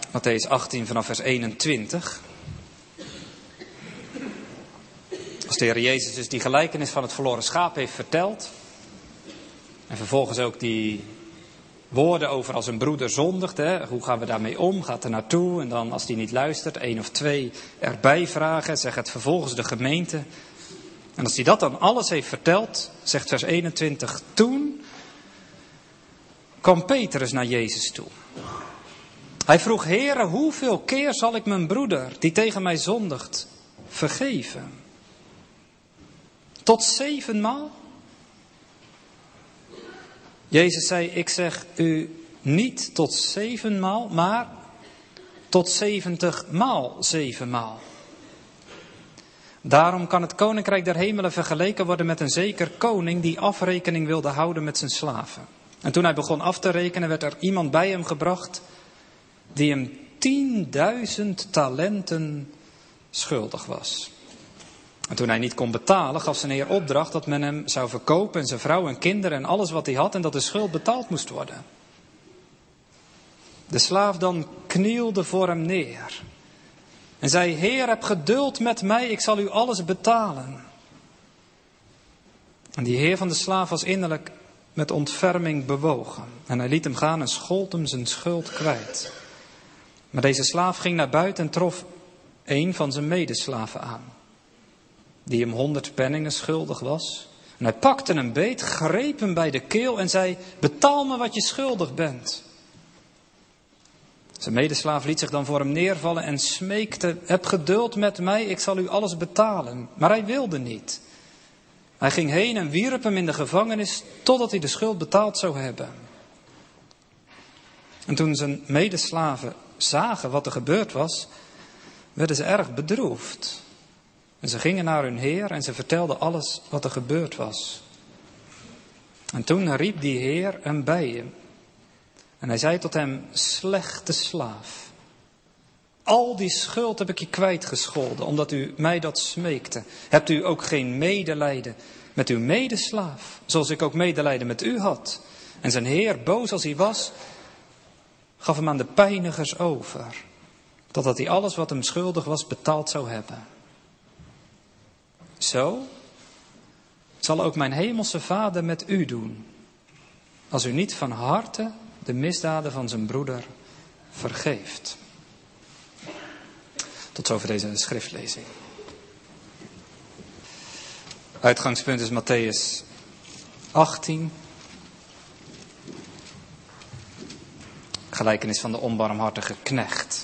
Mattheüs 18 vanaf vers 21. Als de Heer Jezus dus die gelijkenis van het verloren schaap heeft verteld. En vervolgens ook die woorden over als een broeder zondigt. Hè? Hoe gaan we daarmee om? Gaat er naartoe? En dan als die niet luistert, 1 of 2 erbij vragen. Zeg het vervolgens de gemeente. En als hij dat dan alles heeft verteld, zegt vers 21. Toen kwam Petrus naar Jezus toe. Hij vroeg, Heere, hoeveel keer zal ik mijn broeder die tegen mij zondigt vergeven? Tot 7 maal? Jezus zei, ik zeg u niet tot 7 maal, maar tot 70 maal 7 maal. Daarom kan het koninkrijk der hemelen vergeleken worden met een zeker koning die afrekening wilde houden met zijn slaven. En toen hij begon af te rekenen, werd er iemand bij hem gebracht die hem 10.000 talenten schuldig was. En toen hij niet kon betalen, gaf zijn heer opdracht dat men hem zou verkopen en zijn vrouw en kinderen en alles wat hij had en dat de schuld betaald moest worden. De slaaf dan knielde voor hem neer en zei, Heer, heb geduld met mij, ik zal u alles betalen. En die heer van de slaaf was innerlijk met ontferming bewogen. En hij liet hem gaan en schold hem zijn schuld kwijt. Maar deze slaaf ging naar buiten en trof een van zijn medeslaven aan, die hem 100 penningen schuldig was. En hij pakte hem beet, greep hem bij de keel en zei, betaal me wat je schuldig bent. Zijn medeslaaf liet zich dan voor hem neervallen en smeekte, heb geduld met mij, ik zal u alles betalen. Maar hij wilde niet. Hij ging heen en wierp hem in de gevangenis totdat hij de schuld betaald zou hebben. En toen zijn medeslaven zagen wat er gebeurd was, werden ze erg bedroefd. En ze gingen naar hun heer en ze vertelden alles wat er gebeurd was. En toen riep die heer hem bij hem. En hij zei tot hem, slechte slaaf. Al die schuld heb ik je kwijtgescholden, omdat u mij dat smeekte. Hebt u ook geen medelijden met uw medeslaaf, zoals ik ook medelijden met u had? En zijn heer, boos als hij was, gaf hem aan de pijnigers over, totdat hij alles wat hem schuldig was betaald zou hebben. Zo zal ook mijn hemelse Vader met u doen, als u niet van harte de misdaden van zijn broeder vergeeft. Tot zover deze schriftlezing. Uitgangspunt is Mattheüs 18. Gelijkenis van de onbarmhartige knecht.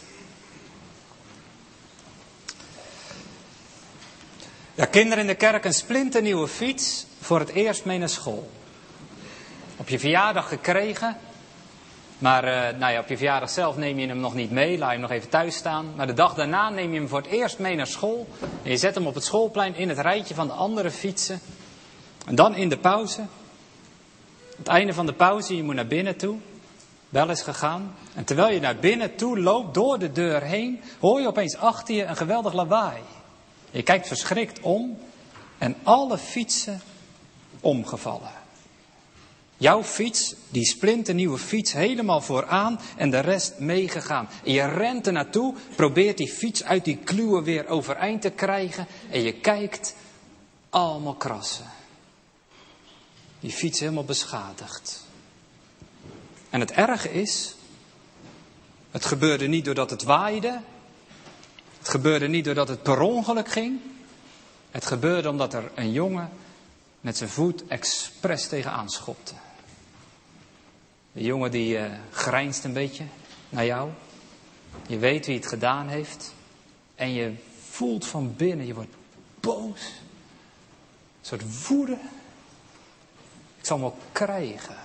Ja, kinderen in de kerk, een splinternieuwe fiets voor het eerst mee naar school. Op je verjaardag gekregen. Maar op je verjaardag zelf neem je hem nog niet mee. Laat je hem nog even thuis staan. Maar de dag daarna neem je hem voor het eerst mee naar school. En je zet hem op het schoolplein in het rijtje van de andere fietsen. En dan in de pauze. Het einde van de pauze, je moet naar binnen toe. Bel is gegaan. En terwijl je naar binnen toe loopt, door de deur heen, hoor je opeens achter je een geweldig lawaai. Je kijkt verschrikt om en alle fietsen omgevallen. Jouw fiets, die splinternieuwe fiets, helemaal vooraan en de rest meegegaan. En je rent er naartoe, probeert die fiets uit die kluwen weer overeind te krijgen. En je kijkt, allemaal krassen. Die fiets helemaal beschadigd. En het erge is, het gebeurde niet doordat het waaide. Het gebeurde niet doordat het per ongeluk ging. Het gebeurde omdat er een jongen met zijn voet expres tegenaan schopte. De jongen die grijnst een beetje naar jou. Je weet wie het gedaan heeft. En je voelt van binnen, je wordt boos. Een soort woede. Ik zal hem wel krijgen.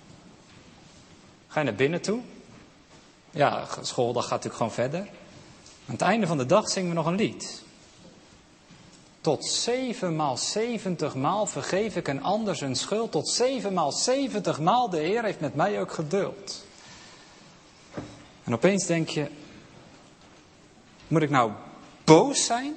Ga je naar binnen toe? Ja, schooldag gaat natuurlijk gewoon verder. Aan het einde van de dag zingen we nog een lied. Tot 7 maal 70 maal vergeef ik een ander zijn schuld. Tot 7 maal 70 maal de Heer heeft met mij ook geduld. En opeens denk je, moet ik nou boos zijn?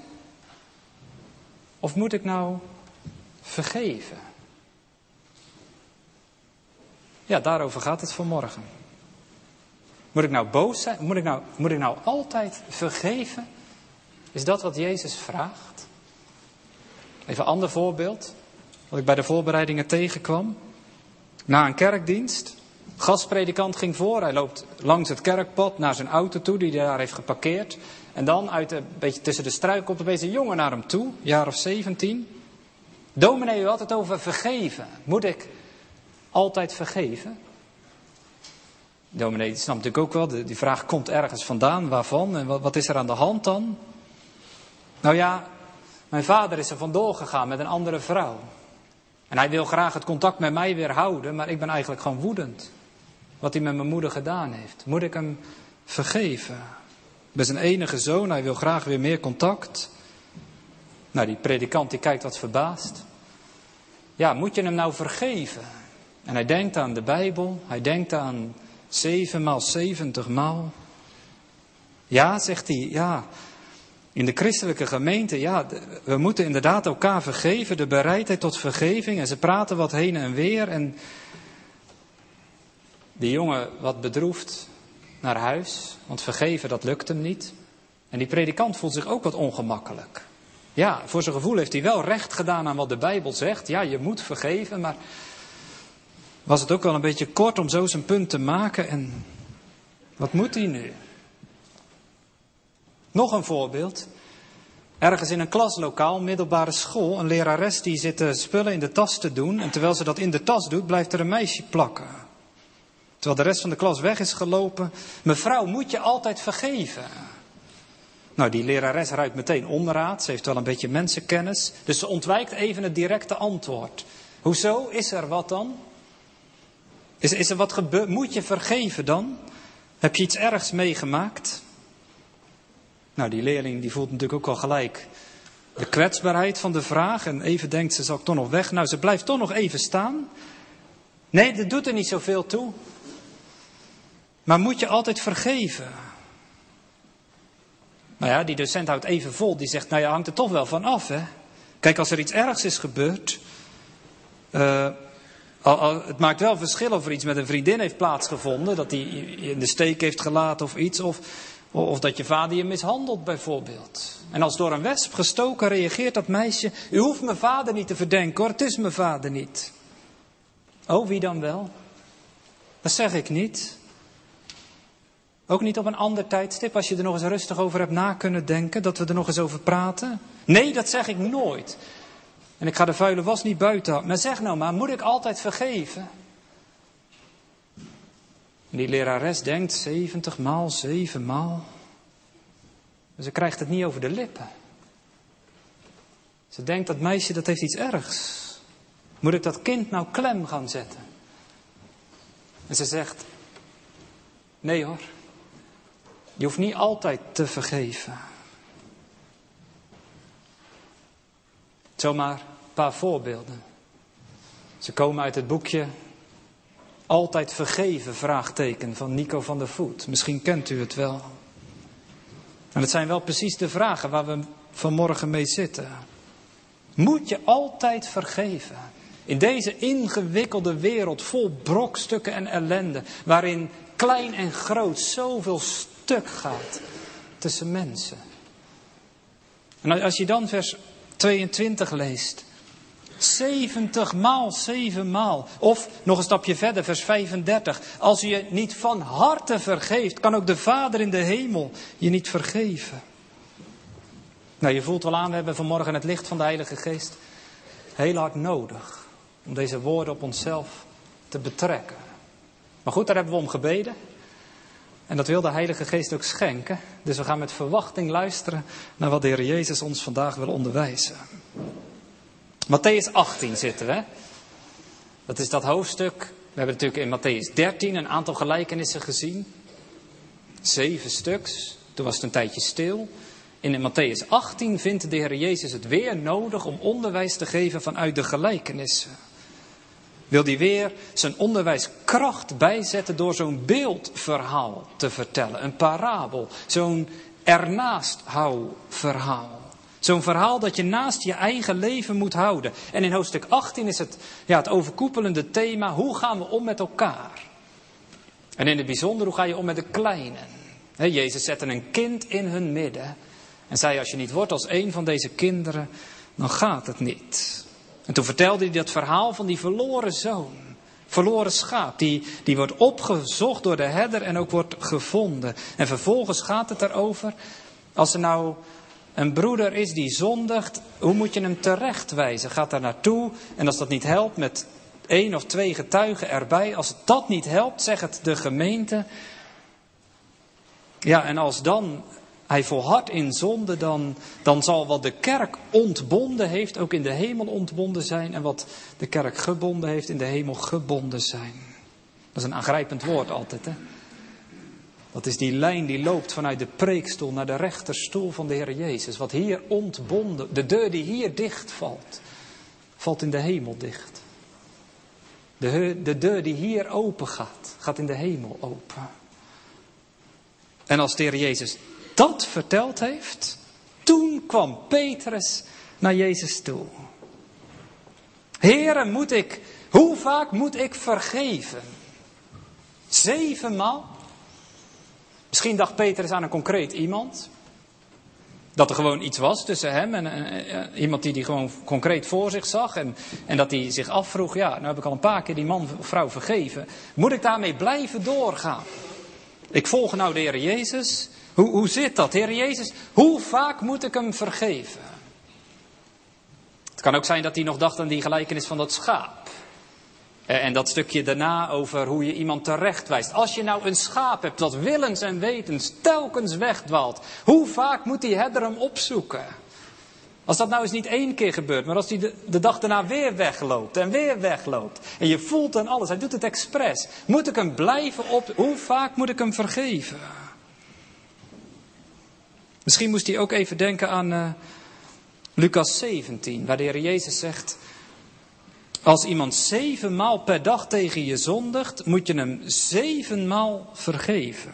Of moet ik nou vergeven? Ja, daarover gaat het vanmorgen. Moet ik nou boos zijn? Moet ik nou altijd vergeven? Is dat wat Jezus vraagt? Even een ander voorbeeld. Wat ik bij de voorbereidingen tegenkwam. Na een kerkdienst. Gastpredikant ging voor. Hij loopt langs het kerkpad naar zijn auto toe die hij daar heeft geparkeerd. En dan een beetje tussen de struiken komt opeens een jongen naar hem toe. Jaar of 17. Dominee, u had het over vergeven. Moet ik altijd vergeven? Dominee snapt natuurlijk ook wel. Die vraag komt ergens vandaan. Waarvan? En wat is er aan de hand dan? Nou ja, mijn vader is er vandoor gegaan met een andere vrouw. En hij wil graag het contact met mij weer houden. Maar ik ben eigenlijk gewoon woedend. Wat hij met mijn moeder gedaan heeft. Moet ik hem vergeven? Ik ben zijn enige zoon. Hij wil graag weer meer contact. Nou, die predikant die kijkt wat verbaasd. Ja, moet je hem nou vergeven? En hij denkt aan de Bijbel. Hij denkt aan 7 maal 70 maal. Ja, zegt hij, ja. In de christelijke gemeente, ja, we moeten inderdaad elkaar vergeven. De bereidheid tot vergeving. En ze praten wat heen en weer. En die jongen wat bedroefd naar huis. Want vergeven, dat lukt hem niet. En die predikant voelt zich ook wat ongemakkelijk. Ja, voor zijn gevoel heeft hij wel recht gedaan aan wat de Bijbel zegt. Ja, je moet vergeven, maar was het ook wel een beetje kort om zo zijn punt te maken. En wat moet hij nu? Nog een voorbeeld. Ergens in een klaslokaal, middelbare school, een lerares die zit spullen in de tas te doen. En terwijl ze dat in de tas doet, blijft er een meisje plakken. Terwijl de rest van de klas weg is gelopen. Mevrouw, moet je altijd vergeven? Nou, die lerares ruikt meteen onraad. Ze heeft wel een beetje mensenkennis. Dus ze ontwijkt even het directe antwoord. Hoezo? Is er wat dan? Is er wat gebeurd? Moet je vergeven dan? Heb je iets ergs meegemaakt? Nou, die leerling die voelt natuurlijk ook al gelijk de kwetsbaarheid van de vraag. En even denkt ze, zal ik toch nog weg? Nou, ze blijft toch nog even staan. Nee, dat doet er niet zoveel toe. Maar moet je altijd vergeven? Nou ja, die docent houdt even vol. Die zegt, nou ja, hangt er toch wel van af, hè. Kijk, als er iets ergs is gebeurd. Het maakt wel verschil of er iets met een vriendin heeft plaatsgevonden. Dat die je in de steek heeft gelaten of iets. Of dat je vader je mishandelt bijvoorbeeld. En als door een wesp gestoken reageert dat meisje. U hoeft mijn vader niet te verdenken hoor, het is mijn vader niet. Oh, wie dan wel? Dat zeg ik niet. Ook niet op een ander tijdstip, als je er nog eens rustig over hebt na kunnen denken, dat we er nog eens over praten. Nee, dat zeg ik nooit. En ik ga de vuile was niet buiten houden. Maar zeg nou maar, moet ik altijd vergeven? En die lerares denkt 70 maal, 7 maal. Ze krijgt het niet over de lippen. Ze denkt, dat meisje dat heeft iets ergs. Moet ik dat kind nou klem gaan zetten? En ze zegt, nee hoor. Je hoeft niet altijd te vergeven. Zomaar een paar voorbeelden. Ze komen uit het boekje Altijd vergeven, vraagteken, van Nico van der Voet. Misschien kent u het wel. En het zijn wel precies de vragen waar we vanmorgen mee zitten. Moet je altijd vergeven? In deze ingewikkelde wereld vol brokstukken en ellende, waarin klein en groot zoveel stuk gaat tussen mensen. En als je dan vers 22 leest. 70 maal, 7 maal. Of nog een stapje verder, vers 35. Als u je niet van harte vergeeft, kan ook de Vader in de hemel je niet vergeven. Nou, je voelt wel aan, we hebben vanmorgen het licht van de Heilige Geest heel hard nodig. Om deze woorden op onszelf te betrekken. Maar goed, daar hebben we om gebeden. En dat wil de Heilige Geest ook schenken. Dus we gaan met verwachting luisteren naar wat de Heer Jezus ons vandaag wil onderwijzen. Mattheüs 18 zitten we. Dat is dat hoofdstuk. We hebben natuurlijk in Mattheüs 13 een aantal gelijkenissen gezien. 7 stuks. Toen was het een tijdje stil. In Mattheüs 18 vindt de Heer Jezus het weer nodig om onderwijs te geven vanuit de gelijkenissen. Wil hij weer zijn onderwijs kracht bijzetten door zo'n beeldverhaal te vertellen. Een parabel. Zo'n ernaast hou verhaal. Zo'n verhaal dat je naast je eigen leven moet houden. En in hoofdstuk 18 is het overkoepelende thema, hoe gaan we om met elkaar? En in het bijzonder, hoe ga je om met de kleinen? Jezus zette een kind in hun midden en zei, als je niet wordt als een van deze kinderen, dan gaat het niet. En toen vertelde hij dat verhaal van die verloren zoon. Verloren schaap, die wordt opgezocht door de herder en ook wordt gevonden. En vervolgens gaat het erover, als er nou een broeder is die zondigt, hoe moet je hem terechtwijzen? Gaat daar naartoe en als dat niet helpt, met 1 of 2 getuigen erbij. Als dat niet helpt, zegt het de gemeente. Ja, en als dan hij volhardt in zonde, dan zal wat de kerk ontbonden heeft ook in de hemel ontbonden zijn. En wat de kerk gebonden heeft in de hemel gebonden zijn. Dat is een aangrijpend woord altijd, hè. Dat is die lijn die loopt vanuit de preekstoel naar de rechterstoel van de Heer Jezus. Wat hier ontbonden, de deur die hier dicht valt, valt in de hemel dicht. De deur die hier open gaat, gaat in de hemel open. En als de Heer Jezus dat verteld heeft, toen kwam Petrus naar Jezus toe. Heere, hoe vaak moet ik vergeven? 7 maal? Misschien dacht Petrus aan een concreet iemand. Dat er gewoon iets was tussen hem en iemand die gewoon concreet voor zich zag. En dat hij zich afvroeg, ja, nou heb ik al een paar keer die man of vrouw vergeven. Moet ik daarmee blijven doorgaan? Ik volg nou de Heer Jezus. Hoe zit dat? Heer Jezus, hoe vaak moet ik hem vergeven? Het kan ook zijn dat hij nog dacht aan die gelijkenis van dat schaap. En dat stukje daarna over hoe je iemand terechtwijst. Als je nou een schaap hebt dat willens en wetens telkens wegdwaalt. Hoe vaak moet die herder hem opzoeken? Als dat nou eens niet 1 keer gebeurt, maar als hij de dag daarna weer wegloopt en weer wegloopt. En je voelt en alles, hij doet het expres. Moet ik hem blijven hoe vaak moet ik hem vergeven? Misschien moest hij ook even denken aan Lucas 17, waar de Heer Jezus zegt, als iemand 7 maal per dag tegen je zondigt, moet je hem 7 maal vergeven.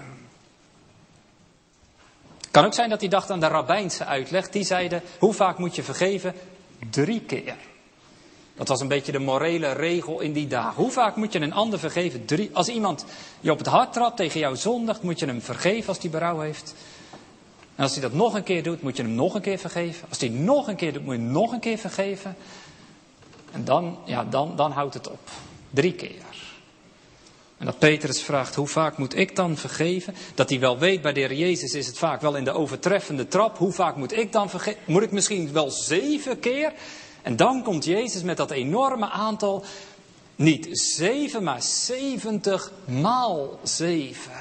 Het kan ook zijn dat hij dacht aan de rabbijnse uitleg. Die zeiden, hoe vaak moet je vergeven? 3 keer. Dat was een beetje de morele regel in die dagen. Hoe vaak moet je een ander vergeven? 3. Als iemand je op het hart trapt, tegen jou zondigt, moet je hem vergeven als hij berouw heeft. En als hij dat nog een keer doet, moet je hem nog een keer vergeven. Als hij nog een keer doet, moet je hem nog een keer vergeven. En dan houdt het op. 3 keer. En dat Petrus vraagt, hoe vaak moet ik dan vergeven? Dat hij wel weet, bij de Heer Jezus is het vaak wel in de overtreffende trap. Hoe vaak moet ik dan vergeven? Moet ik misschien wel 7 keer? En dan komt Jezus met dat enorme aantal. Niet 7, maar 70 maal 7.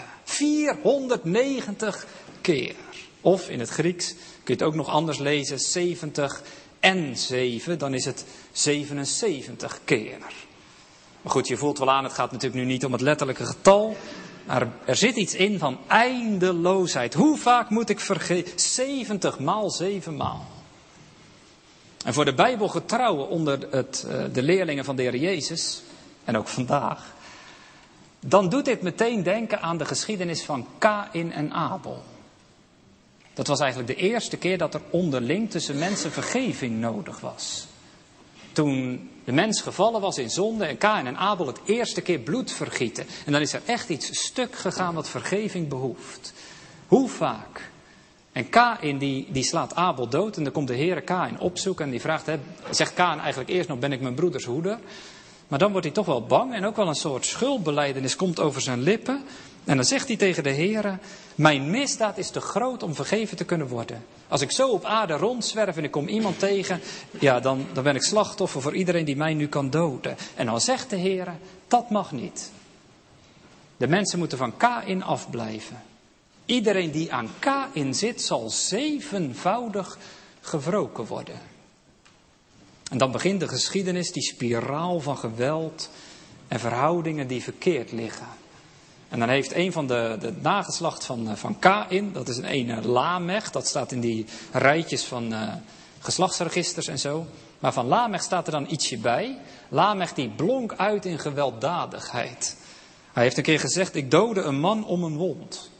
490 keer. Of in het Grieks kun je het ook nog anders lezen. 70 en 7, dan is het 77 keer. Maar goed, je voelt wel aan, het gaat natuurlijk nu niet om het letterlijke getal. Maar er zit iets in van eindeloosheid. Hoe vaak moet ik vergeven? 70 maal 7 maal. En voor de Bijbelgetrouwen onder de leerlingen van de Heer Jezus, en ook vandaag, dan doet dit meteen denken aan de geschiedenis van Kaïn en Abel. Dat was eigenlijk de eerste keer dat er onderling tussen mensen vergeving nodig was. Toen de mens gevallen was in zonde en Kaïn en Abel het eerste keer bloed vergieten. En dan is er echt iets stuk gegaan wat vergeving behoeft. Hoe vaak? En Kaïn die slaat Abel dood en dan komt de Heere Kaïn opzoeken en die vraagt, zegt Kaïn eigenlijk eerst nog, ben ik mijn broeders hoeder? Maar dan wordt hij toch wel bang en ook wel een soort schuldbelijdenis komt over zijn lippen. En dan zegt hij tegen de Heere, mijn misdaad is te groot om vergeven te kunnen worden. Als ik zo op aarde rondzwerf en ik kom iemand tegen, ja, dan ben ik slachtoffer voor iedereen die mij nu kan doden. En dan zegt de Heere, dat mag niet. De mensen moeten van Kaïn afblijven. Iedereen die aan Kaïn zit, zal 7voudig gewroken worden. En dan begint de geschiedenis, die spiraal van geweld en verhoudingen die verkeerd liggen. En dan heeft een van de nageslacht van Kaïn, dat is een ene Lamech, dat staat in die rijtjes van geslachtsregisters en zo. Maar van Lamech staat er dan ietsje bij. Lamech die blonk uit in gewelddadigheid. Hij heeft een keer gezegd, ik doodde een man om een wond.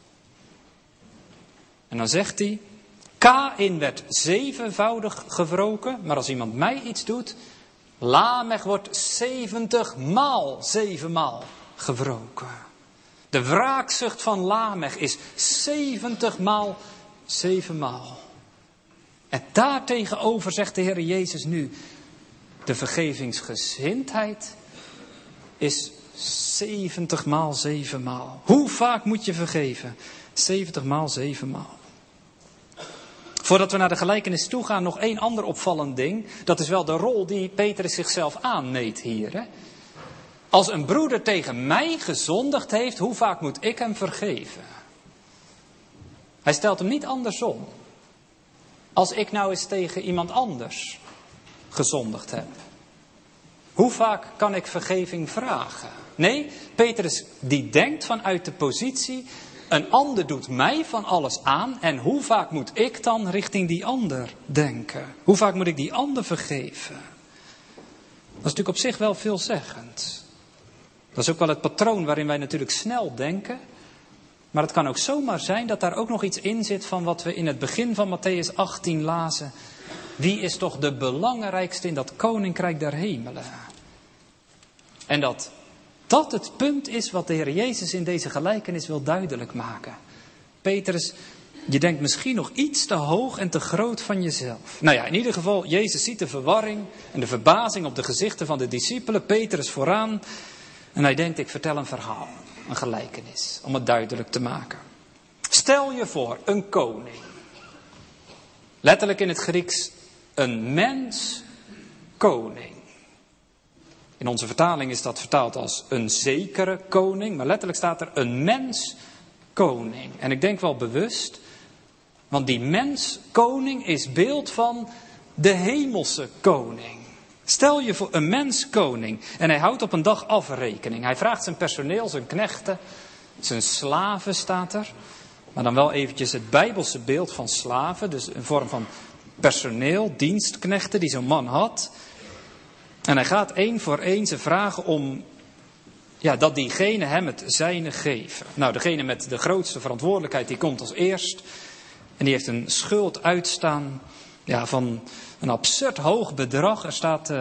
En dan zegt hij, Kaïn werd 7voudig gewroken, maar als iemand mij iets doet, Lamech wordt 70 maal 7 maal gewroken. De wraakzucht van Lamech is 70 maal 7 maal. En daartegenover zegt de Heer Jezus nu, de vergevingsgezindheid is 70 maal 7 maal. Hoe vaak moet je vergeven? 70 maal 7 maal. Voordat we naar de gelijkenis toe gaan, nog één ander opvallend ding. Dat is wel de rol die Petrus zichzelf aanmeet hier. Hè? Als een broeder tegen mij gezondigd heeft, hoe vaak moet ik hem vergeven? Hij stelt hem niet andersom. Als ik nou eens tegen iemand anders gezondigd heb, hoe vaak kan ik vergeving vragen? Nee, Petrus die denkt vanuit de positie, een ander doet mij van alles aan en hoe vaak moet ik dan richting die ander denken? Hoe vaak moet ik die ander vergeven? Dat is natuurlijk op zich wel veelzeggend. Dat is ook wel het patroon waarin wij natuurlijk snel denken. Maar het kan ook zomaar zijn dat daar ook nog iets in zit van wat we in het begin van Mattheüs 18 lazen. Wie is toch de belangrijkste in dat koninkrijk der hemelen? En dat het punt is wat de Heer Jezus in deze gelijkenis wil duidelijk maken. Petrus, je denkt misschien nog iets te hoog en te groot van jezelf. Nou ja, in ieder geval, Jezus ziet de verwarring en de verbazing op de gezichten van de discipelen. Petrus vooraan. En hij denkt, ik vertel een verhaal, een gelijkenis, om het duidelijk te maken. Stel je voor, een koning. Letterlijk in het Grieks, een mens-koning. In onze vertaling is dat vertaald als een zekere koning, maar letterlijk staat er een mens-koning. En ik denk wel bewust, want die mens-koning is beeld van de hemelse koning. Stel je voor een mens-koning en hij houdt op een dag afrekening. Hij vraagt zijn personeel, zijn knechten, zijn slaven staat er. Maar dan wel eventjes het Bijbelse beeld van slaven, dus een vorm van personeel, dienstknechten die zo'n man had. En hij gaat één voor één ze vragen om dat diegene hem het zijne geven. Nou, degene met de grootste verantwoordelijkheid die komt als eerst. En die heeft een schuld uitstaan van een absurd hoog bedrag. Er staat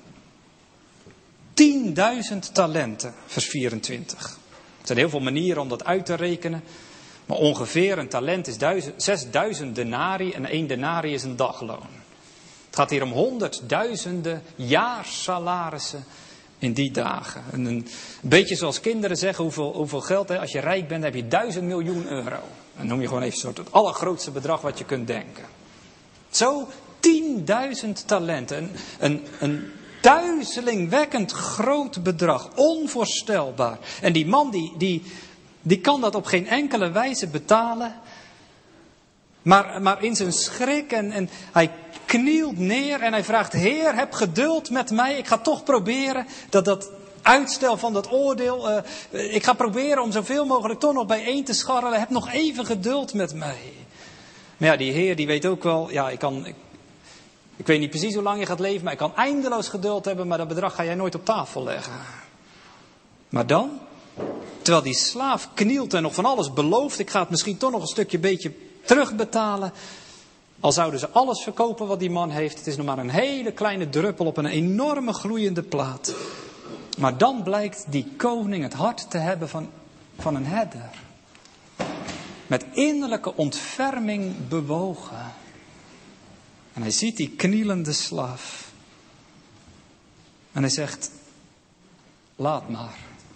10.000 talenten, vers 24. Er zijn heel veel manieren om dat uit te rekenen. Maar ongeveer een talent is 6000 denari en 1 denari is een dagloon. Het gaat hier om honderdduizenden jaarsalarissen in die dagen. En een beetje zoals kinderen zeggen, hoeveel geld, hè? Als je rijk bent heb je 1000 miljoen euro. En noem je gewoon even het allergrootste bedrag wat je kunt denken. Zo 10.000 talenten. Een duizelingwekkend groot bedrag. Onvoorstelbaar. En die man die kan dat op geen enkele wijze betalen. Maar in zijn schrik en hij knielt neer en hij vraagt: Heer, heb geduld met mij. Ik ga toch proberen dat uitstel van dat oordeel. Ik ga proberen om zoveel mogelijk toch nog bijeen te scharrelen. Heb nog even geduld met mij. Maar ja, die Heer die weet ook wel. Ja, ik weet niet precies hoe lang je gaat leven, maar ik kan eindeloos geduld hebben. Maar dat bedrag ga jij nooit op tafel leggen. Maar dan, terwijl die slaaf knielt en nog van alles belooft. Ik ga het misschien toch nog een stukje beetje terugbetalen. Al zouden ze alles verkopen wat die man heeft. Het is nog maar een hele kleine druppel op een enorme gloeiende plaat. Maar dan blijkt die koning het hart te hebben van een herder. Met innerlijke ontferming bewogen. En hij ziet die knielende slaaf. En hij zegt: laat maar.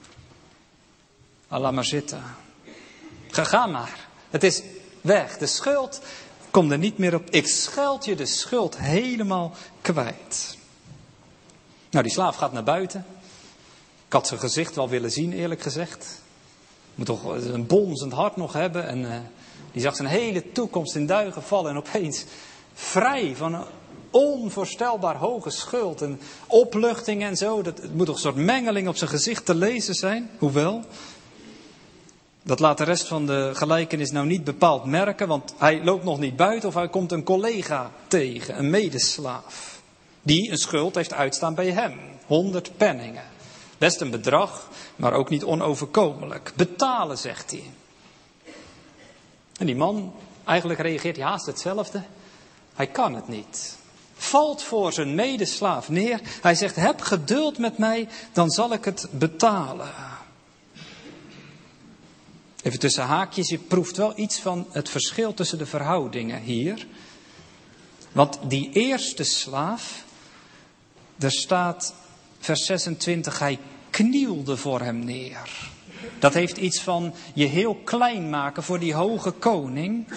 Laat maar zitten. Ga maar. Het is weg. De schuld komt er niet meer op. Ik scheld je de schuld helemaal kwijt. Nou, die slaaf gaat naar buiten. Ik had zijn gezicht wel willen zien, eerlijk gezegd. Moet toch een bonzend hart nog hebben. En die zag zijn hele toekomst in duigen vallen. En opeens vrij van een onvoorstelbaar hoge schuld. En opluchting en zo. Het moet toch een soort mengeling op zijn gezicht te lezen zijn. Hoewel, dat laat de rest van de gelijkenis nou niet bepaald merken. Want hij loopt nog niet buiten of hij komt een collega tegen. Een medeslaaf. Die een schuld heeft uitstaan bij hem. 100 penningen. Best een bedrag, maar ook niet onoverkomelijk. Betalen, zegt hij. En die man, eigenlijk reageert hij haast hetzelfde. Hij kan het niet. Valt voor zijn medeslaaf neer. Hij zegt: heb geduld met mij, dan zal ik het betalen. Even tussen haakjes, je proeft wel iets van het verschil tussen de verhoudingen hier. Want die eerste slaaf, er staat vers 26, hij knielde voor hem neer. Dat heeft iets van je heel klein maken voor die hoge koning.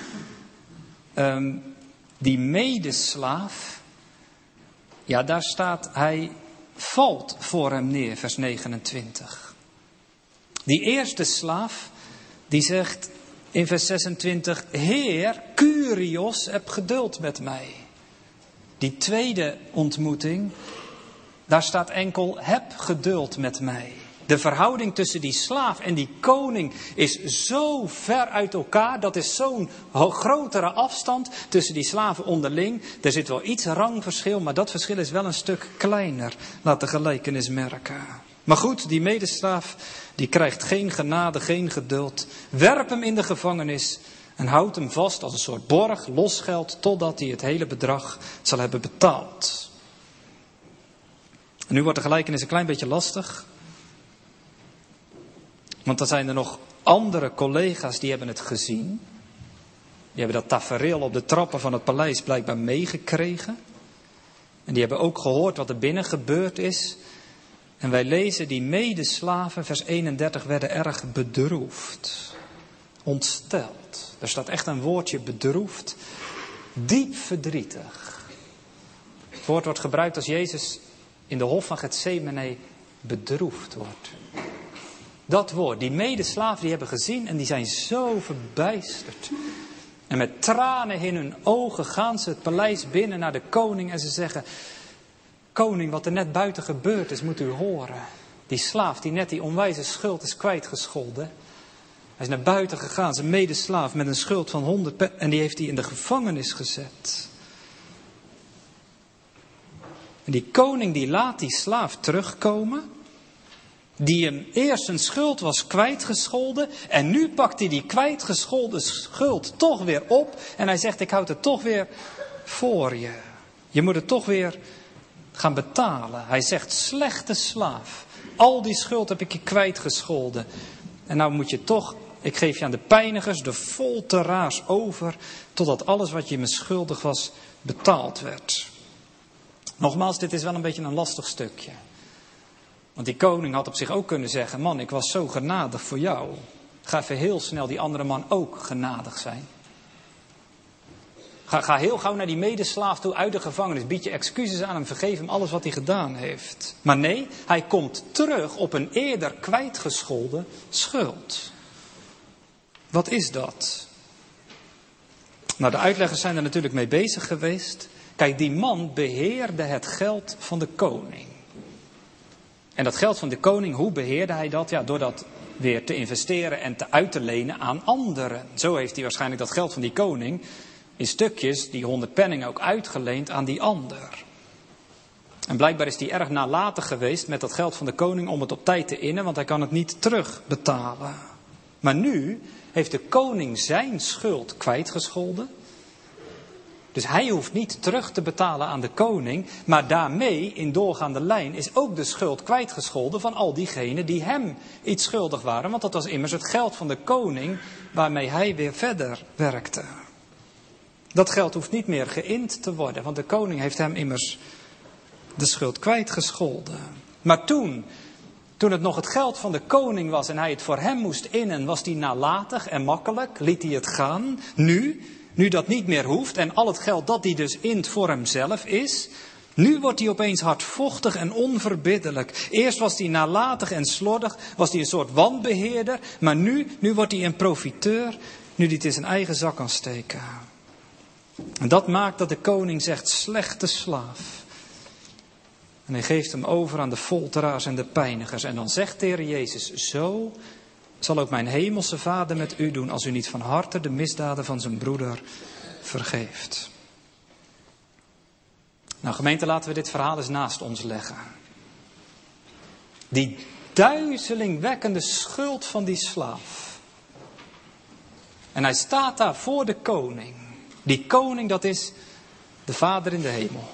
Die medeslaaf, ja daar staat hij valt voor hem neer, vers 29. Die eerste slaaf, die zegt in vers 26, Heer, Kyrios, heb geduld met mij. Die tweede ontmoeting, daar staat enkel, heb geduld met mij. De verhouding tussen die slaaf en die koning is zo ver uit elkaar. Dat is zo'n grotere afstand tussen die slaven onderling. Er zit wel iets rangverschil, maar dat verschil is wel een stuk kleiner. Laat de gelijkenis merken. Maar goed, die medeslaaf, die krijgt geen genade, geen geduld. Werp hem in de gevangenis en houd hem vast als een soort borg, losgeld, totdat hij het hele bedrag zal hebben betaald. En nu wordt de gelijkenis een klein beetje lastig. Want dan zijn er nog andere collega's die hebben het gezien. Die hebben dat tafereel op de trappen van het paleis blijkbaar meegekregen. En die hebben ook gehoord wat er binnen gebeurd is. En wij lezen die medeslaven, vers 31, werden erg bedroefd. Ontsteld. Er staat echt een woordje bedroefd. Diep verdrietig. Het woord wordt gebruikt als Jezus in de hof van Getsemane bedroefd wordt. Dat woord, die medeslaven die hebben gezien en die zijn zo verbijsterd. En met tranen in hun ogen gaan ze het paleis binnen naar de koning en ze zeggen, koning, wat er net buiten gebeurd is, moet u horen. Die slaaf die net die onwijze schuld is kwijtgescholden. Hij is naar buiten gegaan, zijn medeslaaf met een schuld van 100 pen en die heeft hij in de gevangenis gezet. En die koning die laat die slaaf terugkomen. Die hem eerst zijn schuld was kwijtgescholden. En nu pakt hij die kwijtgescholden schuld toch weer op. En hij zegt, ik houd het toch weer voor je. Je moet het toch weer gaan betalen. Hij zegt, slechte slaaf. Al die schuld heb ik je kwijtgescholden. En nou moet je toch, ik geef je aan de pijnigers, de folteraars over. Totdat alles wat je me schuldig was betaald werd. Nogmaals, dit is wel een beetje een lastig stukje. Want die koning had op zich ook kunnen zeggen, man, ik was zo genadig voor jou. Ga even heel snel die andere man ook genadig zijn. Ga heel gauw naar die medeslaaf toe uit de gevangenis. Bied je excuses aan hem, vergeef hem alles wat hij gedaan heeft. Maar nee, hij komt terug op een eerder kwijtgescholden schuld. Wat is dat? Nou, de uitleggers zijn er natuurlijk mee bezig geweest. Kijk, die man beheerde het geld van de koning. En dat geld van de koning, hoe beheerde hij dat? Ja, door dat weer te investeren en uit te lenen aan anderen. Zo heeft hij waarschijnlijk dat geld van die koning in stukjes, die 100 penningen, ook uitgeleend aan die ander. En blijkbaar is hij erg nalatig geweest met dat geld van de koning om het op tijd te innen, want hij kan het niet terugbetalen. Maar nu heeft de koning zijn schuld kwijtgescholden. Dus hij hoeft niet terug te betalen aan de koning, maar daarmee in doorgaande lijn is ook de schuld kwijtgescholden van al diegenen die hem iets schuldig waren. Want dat was immers het geld van de koning waarmee hij weer verder werkte. Dat geld hoeft niet meer geïnd te worden, want de koning heeft hem immers de schuld kwijtgescholden. Maar toen het nog het geld van de koning was en hij het voor hem moest innen, was hij nalatig en makkelijk, liet hij het gaan. Nu dat niet meer hoeft en al het geld dat hij dus int voor hemzelf is, nu wordt hij opeens hardvochtig en onverbiddelijk. Eerst was hij nalatig en slordig, was hij een soort wanbeheerder, maar nu wordt hij een profiteur, nu hij het in zijn eigen zak kan steken. En dat maakt dat de koning zegt, slechte slaaf. En hij geeft hem over aan de folteraars en de pijnigers. En dan zegt de Heer Jezus, zo zal ook mijn hemelse Vader met u doen als u niet van harte de misdaden van zijn broeder vergeeft. Nou gemeente, laten we dit verhaal eens naast ons leggen. Die duizelingwekkende schuld van die slaaf. En hij staat daar voor de koning. Die koning, dat is de Vader in de hemel.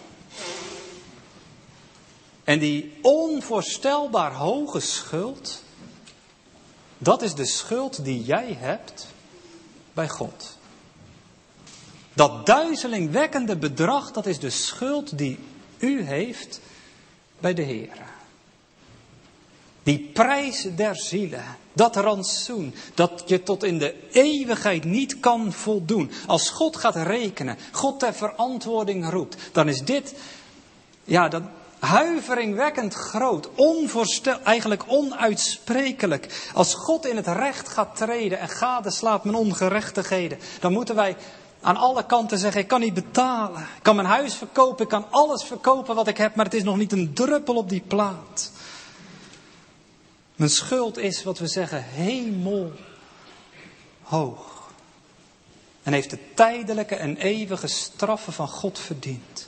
En die onvoorstelbaar hoge schuld, Dat is de schuld die jij hebt bij God. Dat duizelingwekkende bedrag, dat is de schuld die u heeft bij de Heer. Die prijs der zielen, dat rantsoen, dat je tot in de eeuwigheid niet kan voldoen. Als God gaat rekenen, God ter verantwoording roept, dan is dit, dat huiveringwekkend groot, eigenlijk onuitsprekelijk. Als God in het recht gaat treden en gadeslaat mijn ongerechtigheden, dan moeten wij aan alle kanten zeggen, ik kan niet betalen. Ik kan mijn huis verkopen, ik kan alles verkopen wat ik heb, maar het is nog niet een druppel op die plaat. Mijn schuld is, wat we zeggen, hemelhoog. En heeft de tijdelijke en eeuwige straffen van God verdiend.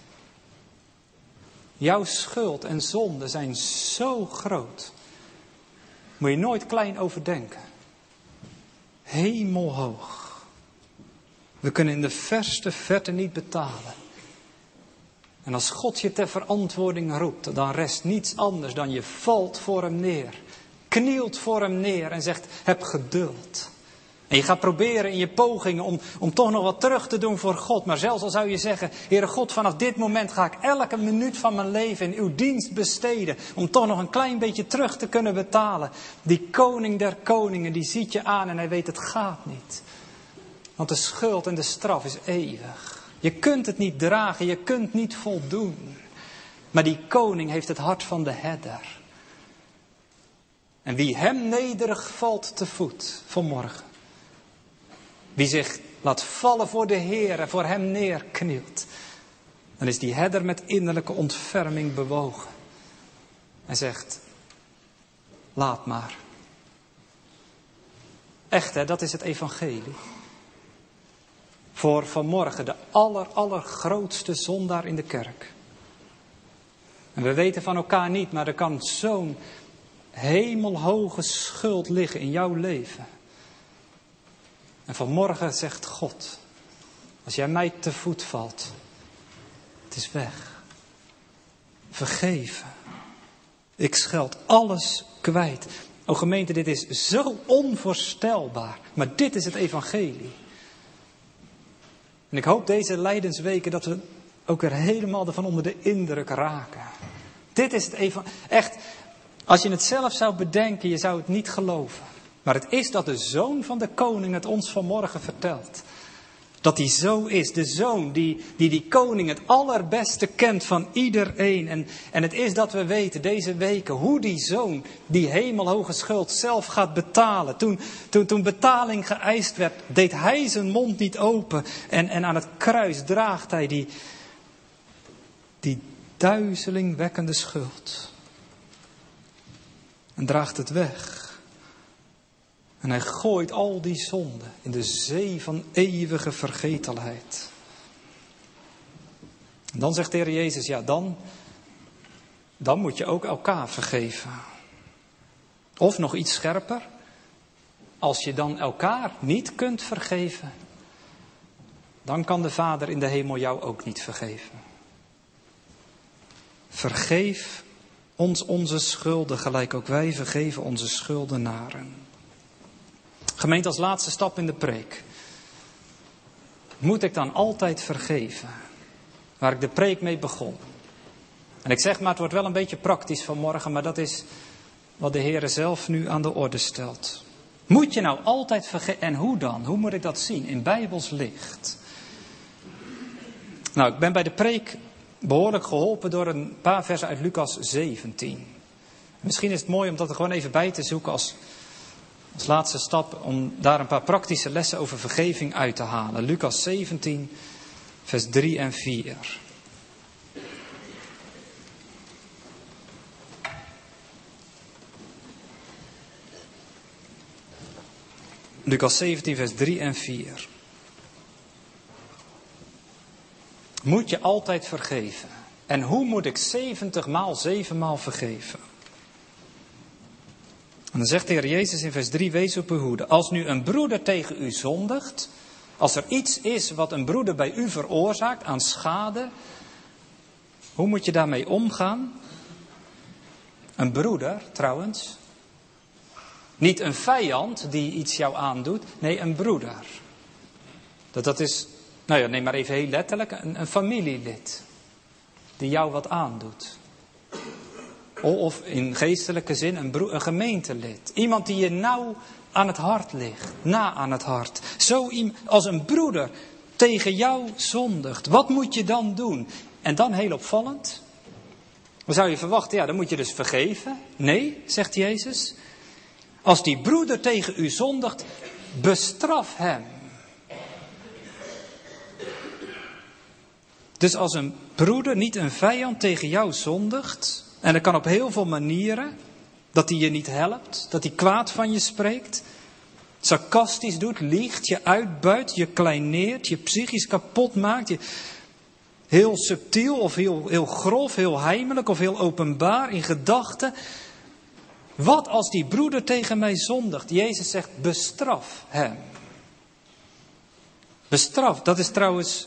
Jouw schuld en zonde zijn zo groot. Moet je nooit klein overdenken. Hemelhoog. We kunnen in de verste verte niet betalen. En als God je ter verantwoording roept, dan rest niets anders dan je valt voor hem neer. Knielt voor hem neer en zegt, heb geduld. En je gaat proberen in je pogingen om toch nog wat terug te doen voor God. Maar zelfs al zou je zeggen, Heere God, vanaf dit moment ga ik elke minuut van mijn leven in uw dienst besteden. Om toch nog een klein beetje terug te kunnen betalen. Die koning der koningen, die ziet je aan en hij weet, het gaat niet. Want de schuld en de straf is eeuwig. Je kunt het niet dragen, je kunt niet voldoen. Maar die koning heeft het hart van de herder. En wie hem nederig valt te voet vanmorgen. Wie zich laat vallen voor de Heer en voor hem neerknielt. Dan is die herder met innerlijke ontferming bewogen. En zegt, laat maar. Echt hè, dat is het evangelie. Voor vanmorgen de allergrootste zondaar in de kerk. En we weten van elkaar niet, maar er kan zo'n hemelhoge schuld liggen in jouw leven. En vanmorgen zegt God, als jij mij te voet valt, het is weg. Vergeven. Ik scheld alles kwijt. O gemeente, dit is zo onvoorstelbaar. Maar dit is het evangelie. En ik hoop deze lijdensweken dat we ook weer helemaal ervan onder de indruk raken. Dit is het evangelie. Echt, als je het zelf zou bedenken, je zou het niet geloven. Maar het is dat de zoon van de koning het ons vanmorgen vertelt. Dat hij zo is, de zoon die koning het allerbeste kent van iedereen. En het is dat we weten deze weken hoe die zoon die hemelhoge schuld zelf gaat betalen. Toen betaling geëist werd, deed hij zijn mond niet open. En aan het kruis draagt hij die duizelingwekkende schuld. En draagt het weg. En hij gooit al die zonden in de zee van eeuwige vergetelheid. En dan zegt de Heer Jezus, ja dan moet je ook elkaar vergeven. Of nog iets scherper, als je dan elkaar niet kunt vergeven, dan kan de Vader in de hemel jou ook niet vergeven. Vergeef ons onze schulden, gelijk ook wij vergeven onze schuldenaren. Gemeente, als laatste stap in de preek. Moet ik dan altijd vergeven? Waar ik de preek mee begon. En ik zeg maar, het wordt wel een beetje praktisch vanmorgen, maar dat is wat de Heer zelf nu aan de orde stelt. Moet je nou altijd vergeven? En hoe dan? Hoe moet ik dat zien? In Bijbels licht. Nou, ik ben bij de preek behoorlijk geholpen door een paar versen uit Lucas 17. Misschien is het mooi om dat er gewoon even bij te zoeken als laatste stap, om daar een paar praktische lessen over vergeving uit te halen. Lucas 17, vers 3 en 4. Lucas 17, vers 3 en 4. Moet je altijd vergeven? En hoe moet ik 70 maal 7 maal vergeven? En dan zegt de Heer Jezus in vers 3, wees op uw hoede. Als nu een broeder tegen u zondigt, als er iets is wat een broeder bij u veroorzaakt aan schade, hoe moet je daarmee omgaan? Een broeder, trouwens, Niet een vijand die iets jou aandoet. Nee, een broeder. Dat is, nou ja, neem maar even heel letterlijk, een familielid. Die jou wat aandoet. Of in geestelijke zin een gemeentelid. Iemand die je nauw aan het hart ligt. Na aan het hart. Zo als een broeder tegen jou zondigt. Wat moet je dan doen? En dan heel opvallend. Dan zou je verwachten, ja, dan moet je dus vergeven. Nee, zegt Jezus. Als die broeder tegen u zondigt, bestraf hem. Dus als een broeder, niet een vijand, tegen jou zondigt. En dat kan op heel veel manieren. Dat hij je niet helpt. Dat hij kwaad van je spreekt. Sarcastisch doet, liegt, je uitbuit, je kleineert, je psychisch kapot maakt. Je heel subtiel of heel grof, heel heimelijk of heel openbaar in gedachten. Wat als die broeder tegen mij zondigt? Jezus zegt, bestraf hem. Bestraf, dat is trouwens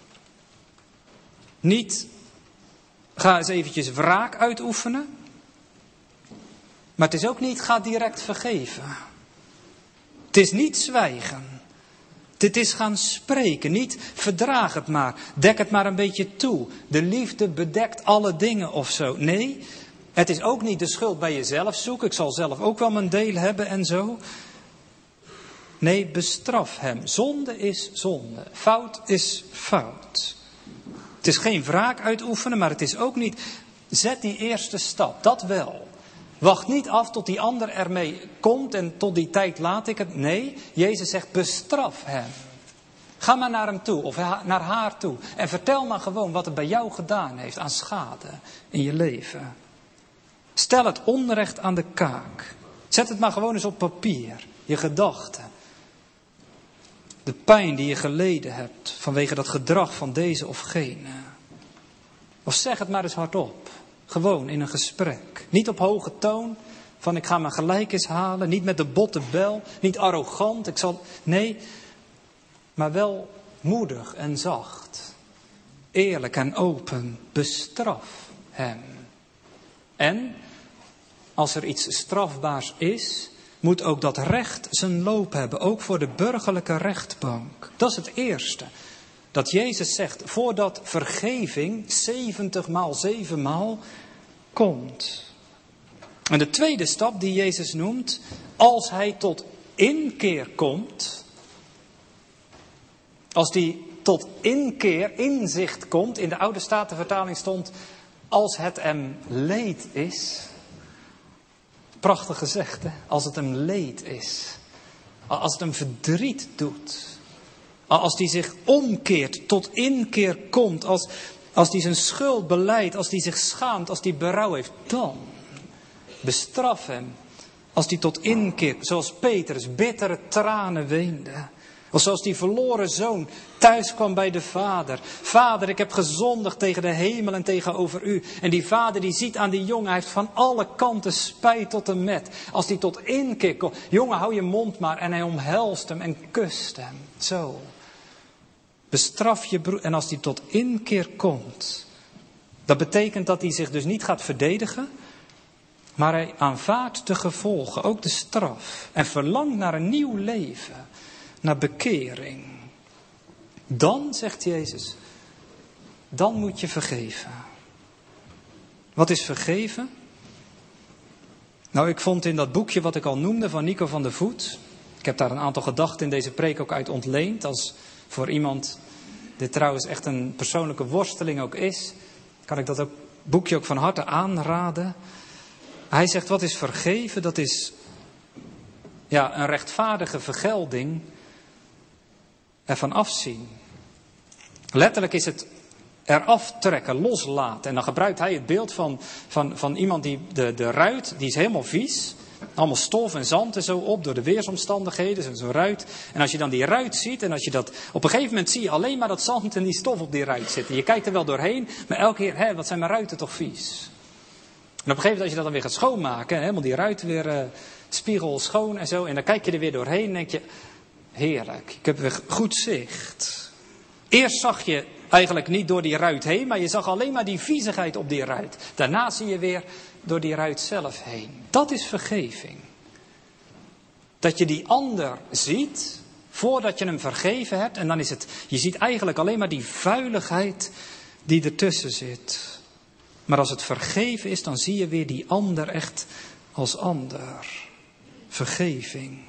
niet, ga eens eventjes wraak uitoefenen. Maar het is ook niet, ga direct vergeven. Het is niet zwijgen. Het is gaan spreken. Niet verdraag het maar. Dek het maar een beetje toe. De liefde bedekt alle dingen of zo. Nee, het is ook niet de schuld bij jezelf zoeken. Ik zal zelf ook wel mijn deel hebben en zo. Nee, bestraf hem. Zonde is zonde. Fout is fout. Het is geen wraak uitoefenen, maar het is ook niet, zet die eerste stap. Dat wel. Wacht niet af tot die ander ermee komt en tot die tijd laat ik het. Nee, Jezus zegt bestraf hem. Ga maar naar hem toe of naar haar toe. En vertel maar gewoon wat het bij jou gedaan heeft aan schade in je leven. Stel het onrecht aan de kaak. Zet het maar gewoon eens op papier. Je gedachten. De pijn die je geleden hebt vanwege dat gedrag van deze of gene. Of zeg het maar eens hardop. Gewoon in een gesprek. Niet op hoge toon. Van ik ga mijn gelijk eens halen. Niet met de botte bel. Niet arrogant. Nee. Maar wel moedig en zacht. Eerlijk en open. Bestraf hem. En als er iets strafbaars is, moet ook dat recht zijn loop hebben. Ook voor de burgerlijke rechtbank. Dat is het eerste. Dat Jezus zegt, voordat vergeving 70 maal 7 maal komt. En de tweede stap die Jezus noemt, als hij tot inkeer komt. Als die tot inkeer, inzicht komt. In de Oude Statenvertaling stond, als het hem leed is. Prachtig gezegd, hè? Als het hem leed is. Als het hem verdriet doet. Als die zich omkeert, tot inkeer komt. Als die zijn schuld belijdt, als die zich schaamt, als die berouw heeft. Dan bestraf hem. Als die tot inkeer, zoals Petrus, bittere tranen weende. Of zoals die verloren zoon thuis kwam bij de vader. Vader, ik heb gezondigd tegen de hemel en tegenover u. En die vader die ziet aan die jongen, hij heeft van alle kanten spijt tot en met. Als die tot inkeer komt, jongen hou je mond maar. En hij omhelst hem en kust hem. Zo. Bestraf je broer. En als die tot inkeer komt, dat betekent dat hij zich dus niet gaat verdedigen. Maar hij aanvaardt de gevolgen, ook de straf. En verlangt naar een nieuw leven. Naar bekering. Dan, zegt Jezus, dan moet je vergeven. Wat is vergeven? Nou, ik vond in dat boekje wat ik al noemde van Nico van der Voet. Ik heb daar een aantal gedachten in deze preek ook uit ontleend. Als voor iemand, dit trouwens echt een persoonlijke worsteling ook is. Kan ik dat boekje ook van harte aanraden. Hij zegt, wat is vergeven? Dat is een rechtvaardige vergelding. Ervan afzien. Letterlijk is het eraf trekken, loslaten. En dan gebruikt hij het beeld van iemand die de ruit, die is helemaal vies. Allemaal stof en zand en zo op door de weersomstandigheden, zo'n ruit. En als je dan die ruit ziet en als je dat, op een gegeven moment zie je alleen maar dat zand en die stof op die ruit zitten. Je kijkt er wel doorheen, maar elke keer, wat zijn mijn ruiten toch vies. En op een gegeven moment als je dat dan weer gaat schoonmaken, helemaal die ruit weer spiegel schoon en zo. En dan kijk je er weer doorheen en denk je, heerlijk, ik heb weer goed zicht. Eerst zag je eigenlijk niet door die ruit heen, maar je zag alleen maar die viezigheid op die ruit. Daarna zie je weer door die ruit zelf heen. Dat is vergeving. Dat je die ander ziet voordat je hem vergeven hebt. En dan is het, je ziet eigenlijk alleen maar die vuiligheid die ertussen zit. Maar als het vergeven is, dan zie je weer die ander echt als ander. Vergeving.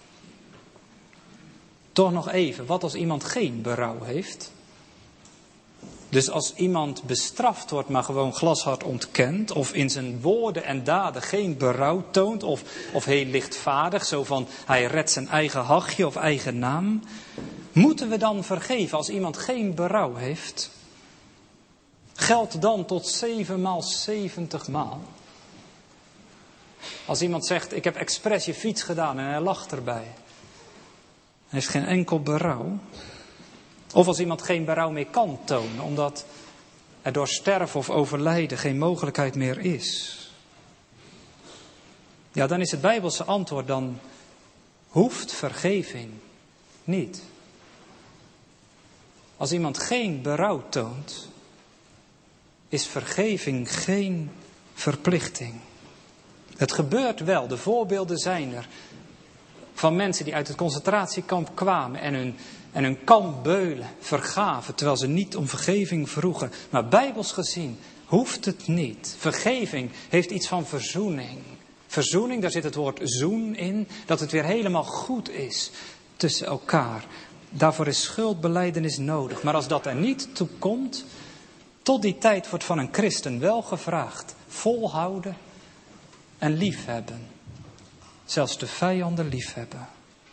Toch nog even, wat als iemand geen berouw heeft? Dus als iemand bestraft wordt, maar gewoon glashard ontkent, of in zijn woorden en daden geen berouw toont, of heel lichtvaardig, zo van hij redt zijn eigen hachje of eigen naam. Moeten we dan vergeven als iemand geen berouw heeft? Geldt dan tot 7 maal 70 maal? Als iemand zegt, ik heb expres je fiets gedaan en hij lacht erbij. Hij heeft geen enkel berouw. Of als iemand geen berouw meer kan tonen, omdat er door sterven of overlijden geen mogelijkheid meer is. Ja, dan is het Bijbelse antwoord, dan hoeft vergeving niet. Als iemand geen berouw toont, is vergeving geen verplichting. Het gebeurt wel, de voorbeelden zijn er. Van mensen die uit het concentratiekamp kwamen en hun kampbeulen vergaven, terwijl ze niet om vergeving vroegen. Maar bijbels gezien hoeft het niet. Vergeving heeft iets van verzoening. Verzoening, daar zit het woord zoen in, dat het weer helemaal goed is tussen elkaar. Daarvoor is schuldbelijdenis nodig. Maar als dat er niet toe komt, tot die tijd wordt van een christen wel gevraagd. Volhouden en liefhebben. Zelfs de vijanden liefhebben.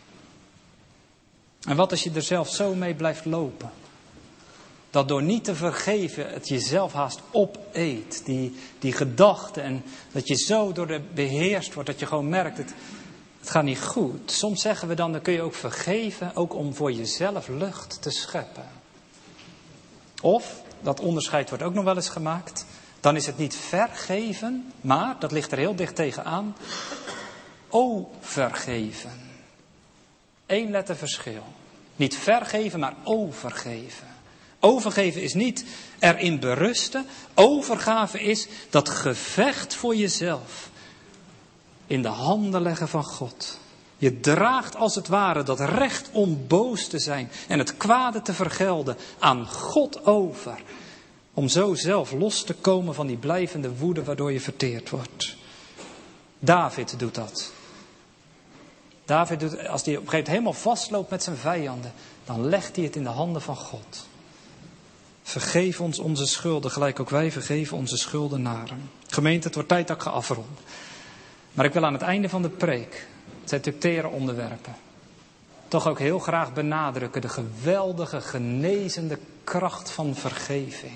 En wat als je er zelf zo mee blijft lopen? Dat door niet te vergeven het jezelf haast opeet. Die gedachte en dat je zo door de beheerst wordt dat je gewoon merkt het gaat niet goed. Soms zeggen we dan kun je ook vergeven ook om voor jezelf lucht te scheppen. Of, dat onderscheid wordt ook nog wel eens gemaakt. Dan is het niet vergeven, maar, dat ligt er heel dicht tegenaan, overgeven. 1 letter verschil. Niet vergeven, maar overgeven. Overgeven is niet erin berusten. Overgave is dat gevecht voor jezelf in de handen leggen van God. Je draagt als het ware dat recht om boos te zijn en het kwade te vergelden aan God over. Om zo zelf los te komen van die blijvende woede waardoor je verteerd wordt. David doet dat. David doet, als hij op een gegeven moment helemaal vastloopt met zijn vijanden, dan legt hij het in de handen van God. Vergeef ons onze schulden, gelijk ook wij vergeven onze schuldenaren. Gemeente, het wordt tijd dat ik ga afronden. Maar ik wil aan het einde van de preek, het zijn natuurlijk tere onderwerpen, toch ook heel graag benadrukken de geweldige, genezende kracht van vergeving.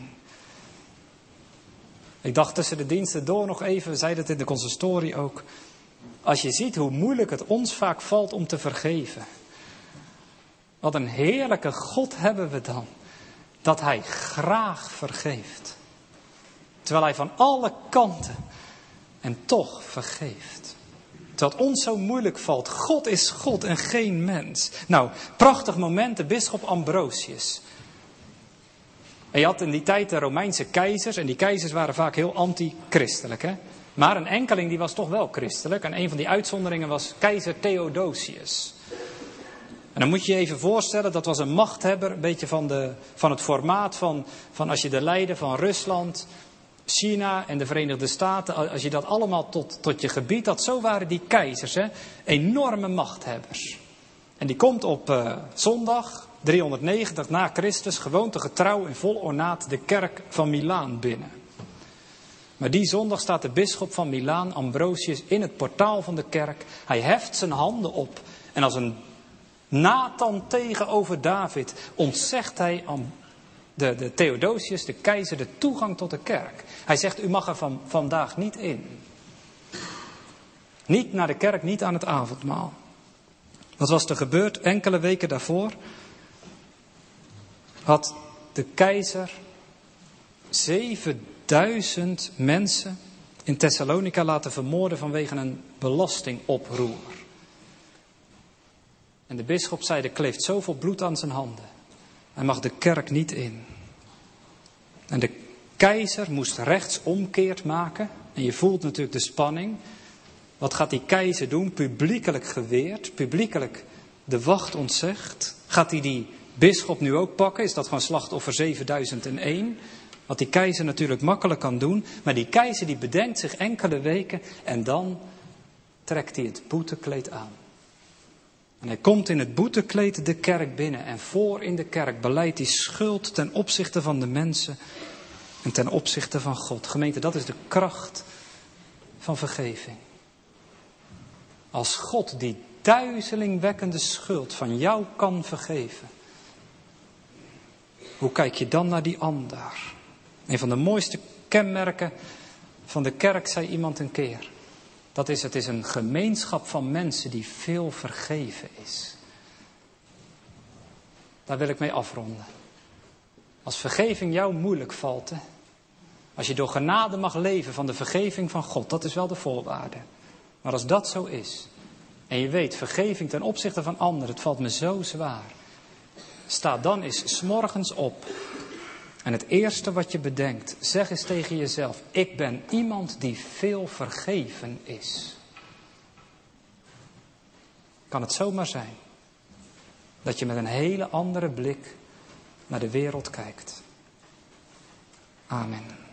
Ik dacht tussen de diensten door nog even, we zeiden het in de consistorie ook. Als je ziet hoe moeilijk het ons vaak valt om te vergeven. Wat een heerlijke God hebben we dan. Dat hij graag vergeeft. Terwijl hij van alle kanten en toch vergeeft. Terwijl het ons zo moeilijk valt. God is God en geen mens. Nou, prachtig moment, de bisschop Ambrosius. En je had in die tijd de Romeinse keizers. En die keizers waren vaak heel anti-christelijk. Hè? Maar een enkeling die was toch wel christelijk. En een van die uitzonderingen was keizer Theodosius. En dan moet je je even voorstellen, dat was een machthebber. Een beetje van het formaat van als je de leider van Rusland, China en de Verenigde Staten. Als je dat allemaal tot je gebied had. Zo waren die keizers. Hè? Enorme machthebbers. En die komt op zondag 390 na Christus gewoontegetrouw in vol ornaat de kerk van Milaan binnen. Maar die zondag staat de bisschop van Milaan, Ambrosius, in het portaal van de kerk. Hij heft zijn handen op en als een Nathan tegenover David ontzegt hij aan de Theodosius, de keizer, de toegang tot de kerk. Hij zegt, u mag er vandaag niet in. Niet naar de kerk, niet aan het avondmaal. Wat was er gebeurd? Enkele weken daarvoor had de keizer 7000 mensen in Thessalonica laten vermoorden vanwege een belastingoproer. En de bisschop zei, er kleeft zoveel bloed aan zijn handen. Hij mag de kerk niet in. En de keizer moest rechtsomkeert maken. En je voelt natuurlijk de spanning. Wat gaat die keizer doen? Publiekelijk geweerd, publiekelijk de wacht ontzegd. Gaat hij die bisschop nu ook pakken? Is dat gewoon slachtoffer 7001? Wat die keizer natuurlijk makkelijk kan doen. Maar die keizer die bedenkt zich enkele weken en dan trekt hij het boetekleed aan. En hij komt in het boetekleed de kerk binnen. En voor in de kerk belijdt hij schuld ten opzichte van de mensen en ten opzichte van God. Gemeente, dat is de kracht van vergeving. Als God die duizelingwekkende schuld van jou kan vergeven, hoe kijk je dan naar die ander? Een van de mooiste kenmerken van de kerk, zei iemand een keer. Het is een gemeenschap van mensen die veel vergeven is. Daar wil ik mee afronden. Als vergeving jou moeilijk valt, hè? Als je door genade mag leven van de vergeving van God, dat is wel de voorwaarde. Maar als dat zo is, en je weet, vergeving ten opzichte van anderen, het valt me zo zwaar. Sta dan eens 's morgens op. En het eerste wat je bedenkt, zeg eens tegen jezelf, ik ben iemand die veel vergeven is. Kan het zomaar zijn dat je met een hele andere blik naar de wereld kijkt. Amen.